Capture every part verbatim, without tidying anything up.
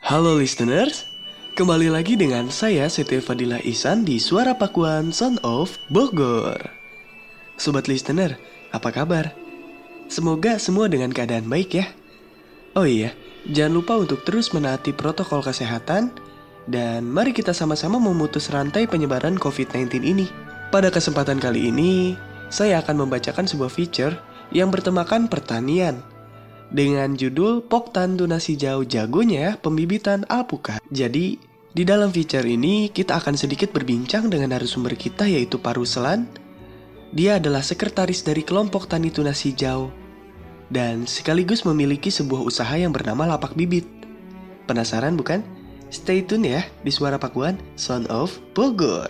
Halo listeners, kembali lagi dengan saya Siti Fadilah Ihsan di Suara Pakuan Son of Bogor. Sobat listener, apa kabar? Semoga semua dengan keadaan baik ya. Oh iya, jangan lupa untuk terus menaati protokol kesehatan dan mari kita sama-sama memutus rantai penyebaran covid sembilan belas ini. Pada kesempatan kali ini, saya akan membacakan sebuah feature yang bertemakan pertanian dengan judul Poktan Tunas Hijau Jagonya Pembibitan Alpukat. Jadi, di dalam feature ini kita akan sedikit berbincang dengan narasumber kita yaitu Pak Ruslan. Dia adalah sekretaris dari kelompok tani tunas hijau dan sekaligus memiliki sebuah usaha yang bernama Lapak Bibit. Penasaran bukan? Stay tune ya di Suara Pakuan Son of Bogor.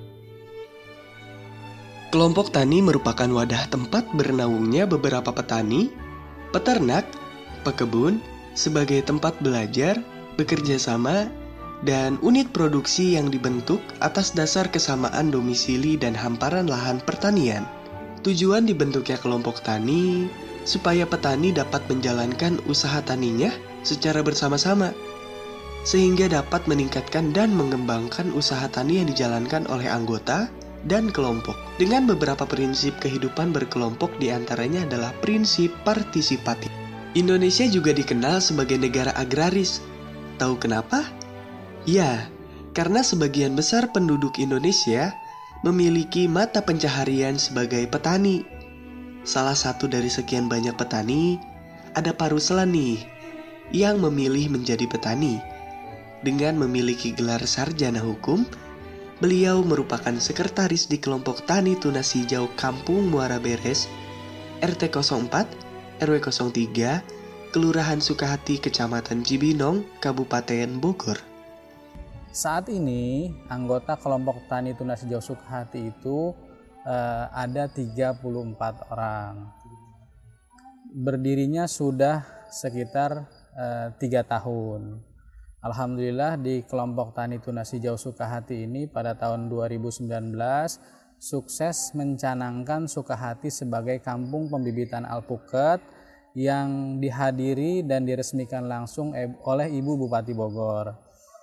Kelompok tani merupakan wadah tempat bernaungnya beberapa petani, peternak, pekebun sebagai tempat belajar, bekerja sama, dan unit produksi yang dibentuk atas dasar kesamaan domisili dan hamparan lahan pertanian. Tujuan dibentuknya kelompok tani supaya petani dapat menjalankan usaha taninya secara bersama-sama, sehingga dapat meningkatkan dan mengembangkan usaha tani yang dijalankan oleh anggota dan kelompok. Dengan beberapa prinsip kehidupan berkelompok diantaranya adalah prinsip partisipatif. Indonesia juga dikenal sebagai negara agraris. Tahu kenapa? Ya, karena sebagian besar penduduk Indonesia memiliki mata pencaharian sebagai petani. Salah satu dari sekian banyak petani, ada Pak Ruslan nih, yang memilih menjadi petani. Dengan memiliki gelar sarjana hukum, beliau merupakan sekretaris di kelompok tani tunas hijau Kampung Muara Beres, R T nol empat, R W nol tiga, Kelurahan Sukahati, Kecamatan Cibinong, Kabupaten Bogor. Saat ini anggota kelompok tani tunas hijau Sukahati itu eh, ada tiga puluh empat orang. Berdirinya sudah sekitar eh, tiga tahun. Alhamdulillah di kelompok tani tunas hijau Sukahati ini pada tahun dua ribu sembilan belas sukses mencanangkan Sukahati sebagai kampung pembibitan alpukat yang dihadiri dan diresmikan langsung oleh Ibu Bupati Bogor.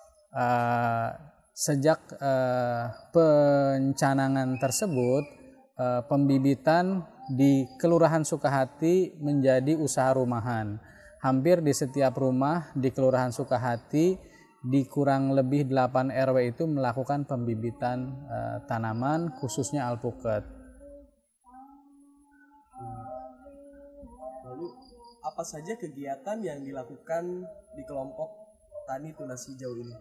Uh, sejak uh, pencanangan tersebut, uh, pembibitan di Kelurahan Sukahati menjadi usaha rumahan. Hampir di setiap rumah di Kelurahan Sukahati di kurang lebih delapan R W itu melakukan pembibitan uh, tanaman khususnya alpukat. Lalu apa saja kegiatan yang dilakukan di kelompok tani tunas hijau ini?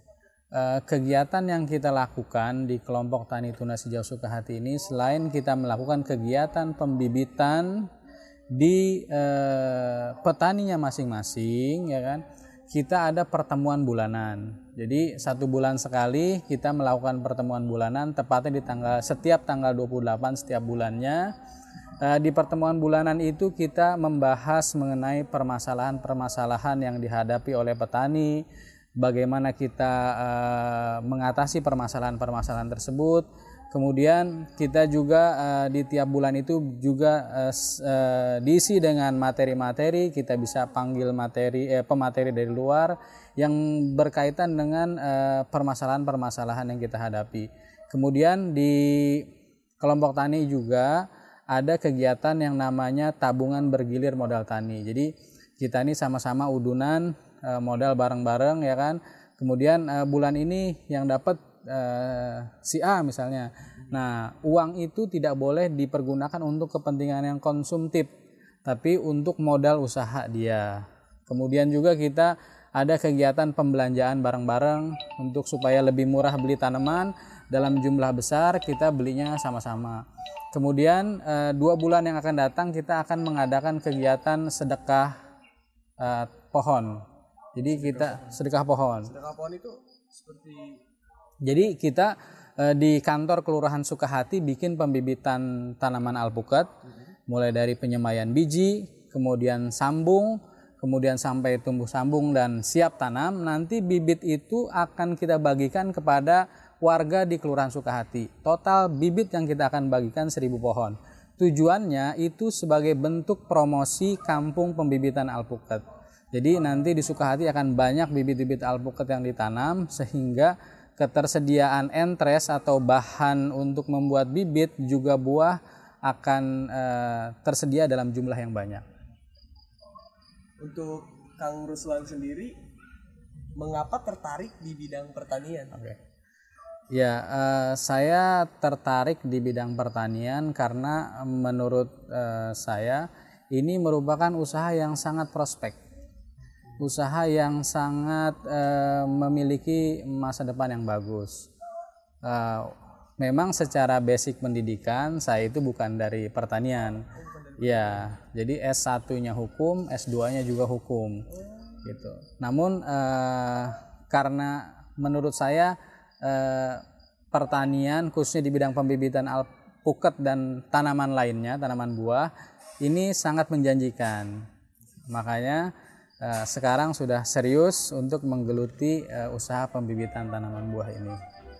Uh, kegiatan yang kita lakukan di kelompok tani tunas hijau Sukahati ini selain kita melakukan kegiatan pembibitan di eh, petaninya masing-masing, ya kan, kita ada pertemuan bulanan. Jadi satu bulan sekali kita melakukan pertemuan bulanan, tepatnya di tanggal setiap tanggal dua puluh delapan setiap bulannya. Eh, di pertemuan bulanan itu kita membahas mengenai permasalahan-permasalahan yang dihadapi oleh petani, bagaimana kita eh, mengatasi permasalahan-permasalahan tersebut. Kemudian kita juga uh, di tiap bulan itu juga uh, uh, diisi dengan materi-materi. Kita bisa panggil materi eh, pemateri dari luar yang berkaitan dengan uh, permasalahan-permasalahan yang kita hadapi. Kemudian di kelompok tani juga ada kegiatan yang namanya tabungan bergilir modal tani. Jadi kita ini sama-sama udunan uh, modal bareng-bareng, ya kan. Kemudian uh, bulan ini yang dapat Uh, si A misalnya. Nah, uang itu tidak boleh dipergunakan untuk kepentingan yang konsumtif, tapi untuk modal usaha dia. Kemudian juga kita ada kegiatan pembelanjaan bareng-bareng untuk supaya lebih murah beli tanaman dalam jumlah besar, kita belinya sama-sama. Kemudian uh, dua bulan yang akan datang kita akan mengadakan kegiatan sedekah uh, pohon. Jadi kita sedekah pohon. Sedekah pohon itu seperti Jadi kita eh, di kantor Kelurahan Sukahati bikin pembibitan tanaman alpukat, mulai dari penyemaian biji, kemudian sambung, kemudian sampai tumbuh sambung dan siap tanam. Nanti bibit itu akan kita bagikan kepada warga di Kelurahan Sukahati. Total bibit yang kita akan bagikan seribu pohon. Tujuannya itu sebagai bentuk promosi kampung pembibitan alpukat. Jadi nanti di Sukahati akan banyak bibit-bibit alpukat yang ditanam sehingga ketersediaan entres atau bahan untuk membuat bibit juga buah akan eh, tersedia dalam jumlah yang banyak. Untuk Kang Ruslan sendiri, mengapa tertarik di bidang pertanian? Oke. Ya, eh, saya tertarik di bidang pertanian karena menurut eh, saya ini merupakan usaha yang sangat prospek. Usaha yang sangat uh, memiliki masa depan yang bagus. Uh, memang secara basic pendidikan saya itu bukan dari pertanian. Ya, jadi S satu-nya hukum, S dua-nya juga hukum. Gitu. Namun uh, karena menurut saya uh, pertanian khususnya di bidang pembibitan alpukat dan tanaman lainnya, tanaman buah, ini sangat menjanjikan. Makanya Uh, sekarang sudah serius untuk menggeluti uh, usaha pembibitan tanaman buah ini.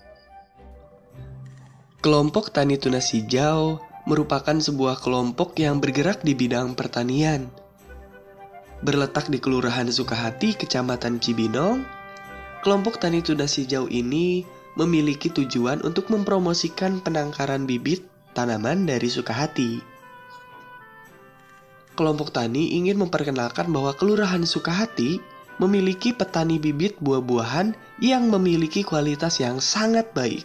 Kelompok Tani Tunas Hijau merupakan sebuah kelompok yang bergerak di bidang pertanian. Berletak di Kelurahan Sukahati, Kecamatan Cibinong, kelompok Tani Tunas Hijau ini memiliki tujuan untuk mempromosikan penangkaran bibit tanaman dari Sukahati. Kelompok tani ingin memperkenalkan bahwa Kelurahan Sukahati memiliki petani bibit buah-buahan yang memiliki kualitas yang sangat baik.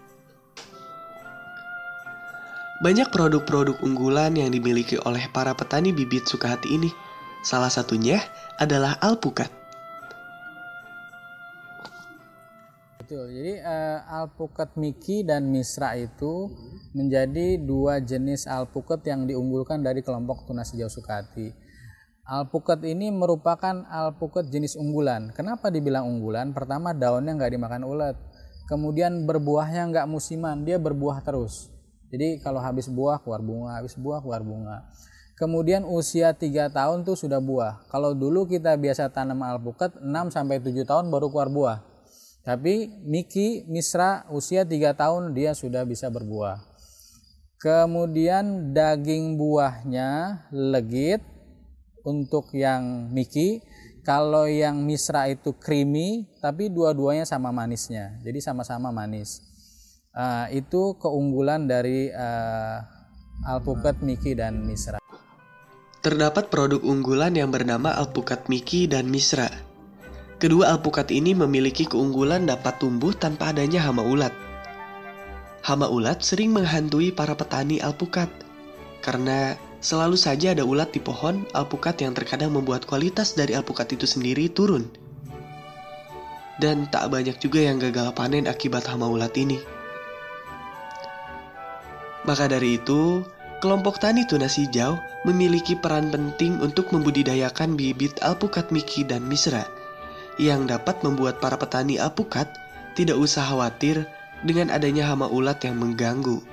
Banyak produk-produk unggulan yang dimiliki oleh para petani bibit Sukahati ini. Salah satunya adalah alpukat. Betul. Jadi uh, alpukat Miki dan Misra itu menjadi dua jenis alpukat yang diunggulkan dari kelompok Tunas Hijau Sukahati. Alpukat ini merupakan alpukat jenis unggulan. Kenapa dibilang unggulan? Pertama, daunnya nggak dimakan ulat. Kemudian berbuahnya nggak musiman, dia berbuah terus. Jadi kalau habis buah keluar bunga, habis buah keluar bunga. Kemudian usia tiga tahun tuh sudah buah. Kalau dulu kita biasa tanam alpukat enam sampai tujuh tahun baru keluar buah. Tapi Miki, Misra usia tiga tahun dia sudah bisa berbuah. Kemudian daging buahnya legit untuk yang Miki. Kalau yang Misra itu creamy, tapi dua-duanya sama manisnya. Jadi sama-sama manis. Uh, itu keunggulan dari uh, alpukat Miki dan Misra. Terdapat produk unggulan yang bernama alpukat Miki dan Misra. Kedua alpukat ini memiliki keunggulan dapat tumbuh tanpa adanya hama ulat. Hama ulat sering menghantui para petani alpukat karena selalu saja ada ulat di pohon alpukat yang terkadang membuat kualitas dari alpukat itu sendiri turun. Dan tak banyak juga yang gagal panen akibat hama ulat ini. Maka dari itu, kelompok Tani Tunas Hijau memiliki peran penting untuk membudidayakan bibit alpukat Miki dan Misra yang dapat membuat para petani alpukat tidak usah khawatir dengan adanya hama ulat yang mengganggu.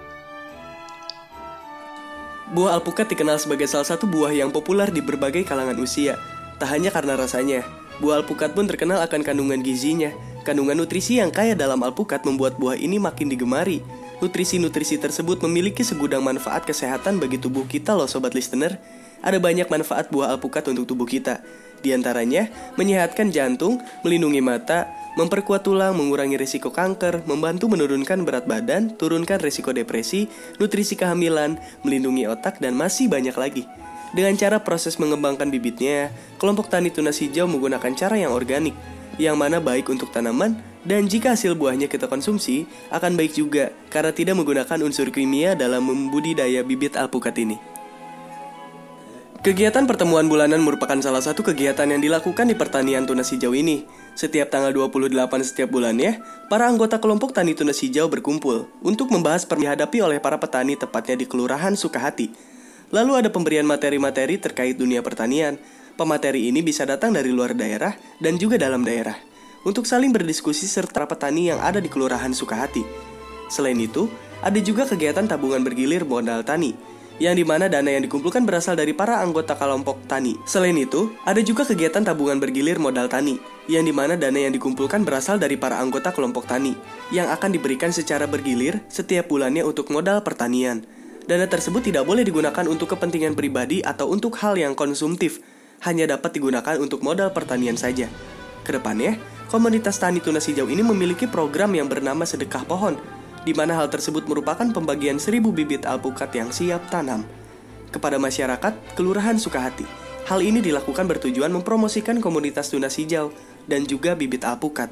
Buah alpukat dikenal sebagai salah satu buah yang populer di berbagai kalangan usia. Tak hanya karena rasanya, buah alpukat pun terkenal akan kandungan gizinya. Kandungan nutrisi yang kaya dalam alpukat membuat buah ini makin digemari. Nutrisi-nutrisi tersebut memiliki segudang manfaat kesehatan bagi tubuh kita loh sobat listener. Ada banyak manfaat buah alpukat untuk tubuh kita. Di antaranya, menyehatkan jantung, melindungi mata, memperkuat tulang, mengurangi risiko kanker, membantu menurunkan berat badan, turunkan risiko depresi, nutrisi kehamilan, melindungi otak, dan masih banyak lagi. Dengan cara proses mengembangkan bibitnya, kelompok Tani Tunas Hijau menggunakan cara yang organik, yang mana baik untuk tanaman, dan jika hasil buahnya kita konsumsi, akan baik juga, karena tidak menggunakan unsur kimia dalam membudidaya bibit alpukat ini. Kegiatan pertemuan bulanan merupakan salah satu kegiatan yang dilakukan di pertanian tunas hijau ini. Setiap tanggal dua puluh delapan setiap bulannya, para anggota kelompok Tani Tunas Hijau berkumpul untuk membahas permasalahan dihadapi oleh para petani tepatnya di Kelurahan Sukahati. Lalu ada pemberian materi-materi terkait dunia pertanian. Pemateri ini bisa datang dari luar daerah dan juga dalam daerah untuk saling berdiskusi serta petani yang ada di Kelurahan Sukahati. Selain itu, ada juga kegiatan tabungan bergilir modal tani, yang dimana dana yang dikumpulkan berasal dari para anggota kelompok tani. Selain itu, ada juga kegiatan tabungan bergilir modal tani, yang dimana dana yang dikumpulkan berasal dari para anggota kelompok tani, yang akan diberikan secara bergilir setiap bulannya untuk modal pertanian. Dana tersebut tidak boleh digunakan untuk kepentingan pribadi atau untuk hal yang konsumtif. hanya dapat digunakan untuk modal pertanian saja. Kedepannya, komunitas tani tunas hijau ini memiliki program yang bernama Sedekah Pohon, di mana hal tersebut merupakan pembagian seribu bibit alpukat yang siap tanam kepada masyarakat Kelurahan Sukahati. Hal ini dilakukan bertujuan mempromosikan komunitas tunas hijau dan juga bibit alpukat.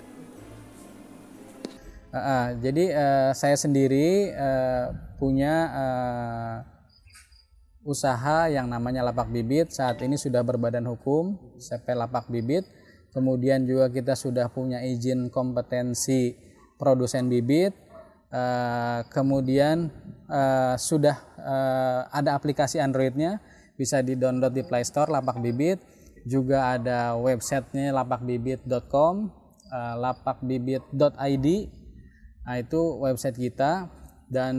Uh, uh, jadi uh, saya sendiri uh, punya uh, usaha yang namanya Lapak Bibit. Saat ini sudah berbadan hukum C P Lapak Bibit. Kemudian juga kita sudah punya izin kompetensi produsen bibit. Uh, kemudian uh, sudah uh, ada aplikasi Androidnya, bisa di-download di Play Store Lapak Bibit. Juga ada websitenya lapak bibit dot com, uh, lapak bibit dot i d. Nah, itu website kita. Dan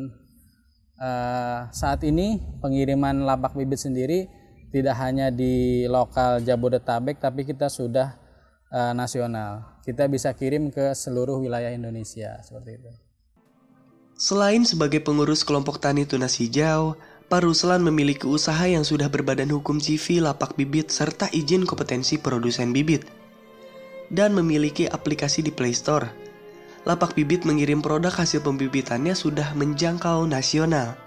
uh, saat ini pengiriman Lapak Bibit sendiri tidak hanya di lokal Jabodetabek, tapi kita sudah uh, nasional. Kita bisa kirim ke seluruh wilayah Indonesia, seperti itu. Selain sebagai pengurus kelompok tani tunas hijau, Pak Ruslan memiliki usaha yang sudah berbadan hukum C V Lapak Bibit serta izin kompetensi produsen bibit. Dan memiliki aplikasi di Play Store. Lapak Bibit mengirim produk hasil pembibitannya sudah menjangkau nasional.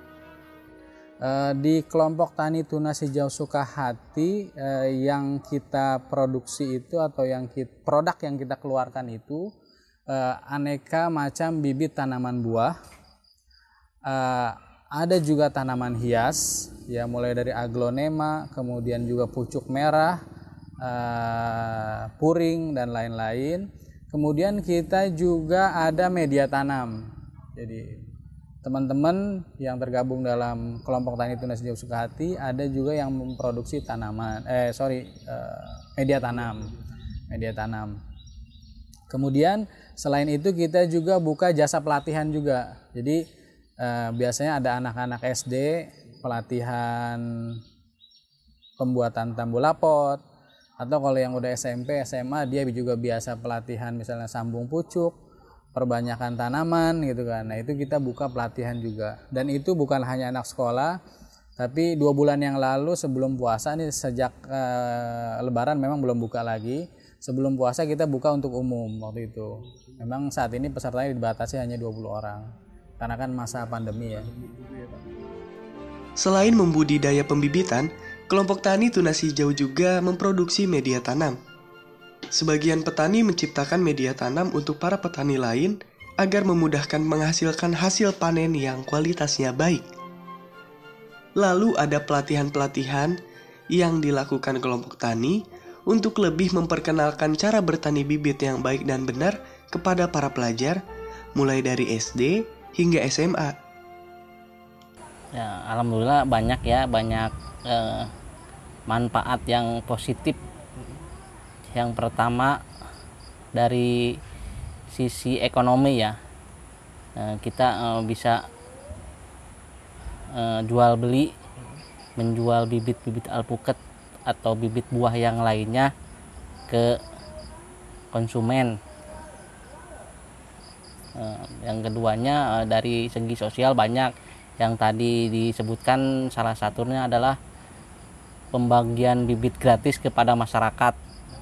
Di kelompok tani tunas hijau Sukahati, eh, yang kita produksi itu atau yang kita, produk yang kita keluarkan itu eh, aneka macam bibit tanaman buah. Eh, ada juga tanaman hias, ya mulai dari aglonema, kemudian juga pucuk merah, eh, puring dan lain-lain. Kemudian kita juga ada media tanam. Jadi teman-teman yang tergabung dalam kelompok tani tunas hijau Sukahati ada juga yang memproduksi tanaman, eh sorry eh, media tanam, media tanam. Kemudian selain itu kita juga buka jasa pelatihan juga. Jadi eh, biasanya ada anak-anak S D pelatihan pembuatan tambu lapot, atau kalau yang udah S M P, S M A dia juga biasa pelatihan misalnya sambung pucuk, perbanyakan tanaman gitu kan. Nah, itu kita buka pelatihan juga. Dan itu bukan hanya anak sekolah, tapi dua bulan yang lalu sebelum puasa nih, sejak eh, lebaran memang belum buka lagi. Sebelum puasa kita buka untuk umum waktu itu. Memang saat ini pesertanya dibatasi hanya dua puluh orang. Karena kan masa pandemi ya. Selain membudidaya pembibitan, kelompok tani tunas hijau juga memproduksi media tanam. Sebagian petani menciptakan media tanam untuk para petani lain agar memudahkan menghasilkan hasil panen yang kualitasnya baik. Lalu ada pelatihan-pelatihan yang dilakukan kelompok tani untuk lebih memperkenalkan cara bertani bibit yang baik dan benar kepada para pelajar mulai dari S D hingga S M A. Ya, alhamdulillah banyak ya, banyak eh, manfaat yang positif. Yang pertama dari sisi ekonomi ya, eh, kita eh, bisa eh, jual beli, menjual bibit-bibit alpukat atau bibit buah yang lainnya ke konsumen. Eh, yang keduanya eh, dari segi sosial banyak. Yang tadi disebutkan salah satunya adalah pembagian bibit gratis kepada masyarakat.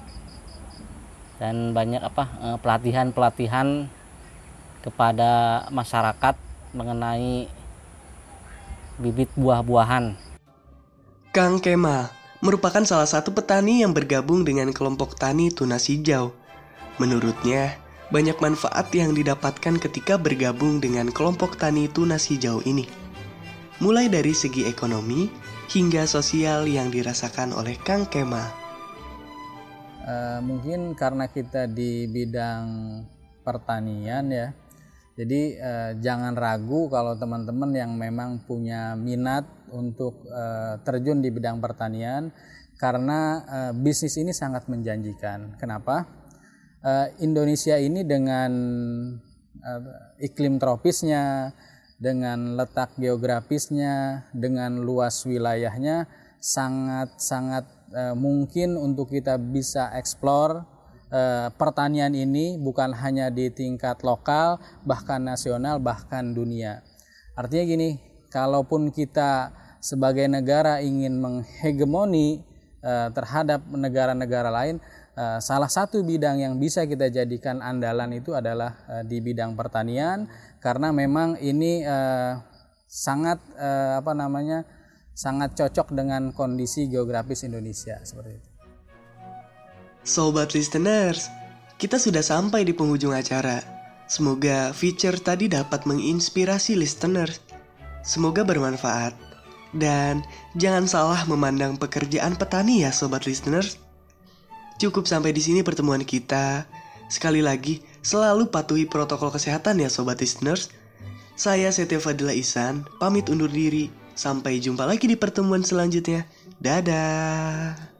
Dan banyak apa pelatihan-pelatihan kepada masyarakat mengenai bibit buah-buahan. Kang Kemal merupakan salah satu petani yang bergabung dengan kelompok tani tunas hijau. Menurutnya, banyak manfaat yang didapatkan ketika bergabung dengan kelompok tani tunas hijau ini. Mulai dari segi ekonomi hingga sosial yang dirasakan oleh Kang Kemal. Uh, mungkin karena kita di bidang pertanian ya, jadi uh, jangan ragu kalau teman-teman yang memang punya minat untuk uh, terjun di bidang pertanian, karena uh, bisnis ini sangat menjanjikan. Kenapa? Uh, Indonesia ini dengan uh, iklim tropisnya, dengan letak geografisnya, dengan luas wilayahnya, sangat-sangat Uh, mungkin untuk kita bisa eksplor uh, pertanian ini bukan hanya di tingkat lokal, bahkan nasional, bahkan dunia. Artinya gini, kalaupun kita sebagai negara ingin menghegemoni uh, terhadap negara-negara lain, uh, salah satu bidang yang bisa kita jadikan andalan itu adalah uh, di bidang pertanian, karena memang ini uh, sangat uh, apa namanya sangat cocok dengan kondisi geografis Indonesia seperti itu. Sobat listeners, kita sudah sampai di penghujung acara. Semoga feature tadi dapat menginspirasi listeners. Semoga bermanfaat. Dan jangan salah memandang pekerjaan petani ya sobat listeners. Cukup sampai di sini pertemuan kita. Sekali lagi, selalu patuhi protokol kesehatan ya sobat listeners. Saya Setia Fadila Ihsan, pamit undur diri. Sampai jumpa lagi di pertemuan selanjutnya. Dadah.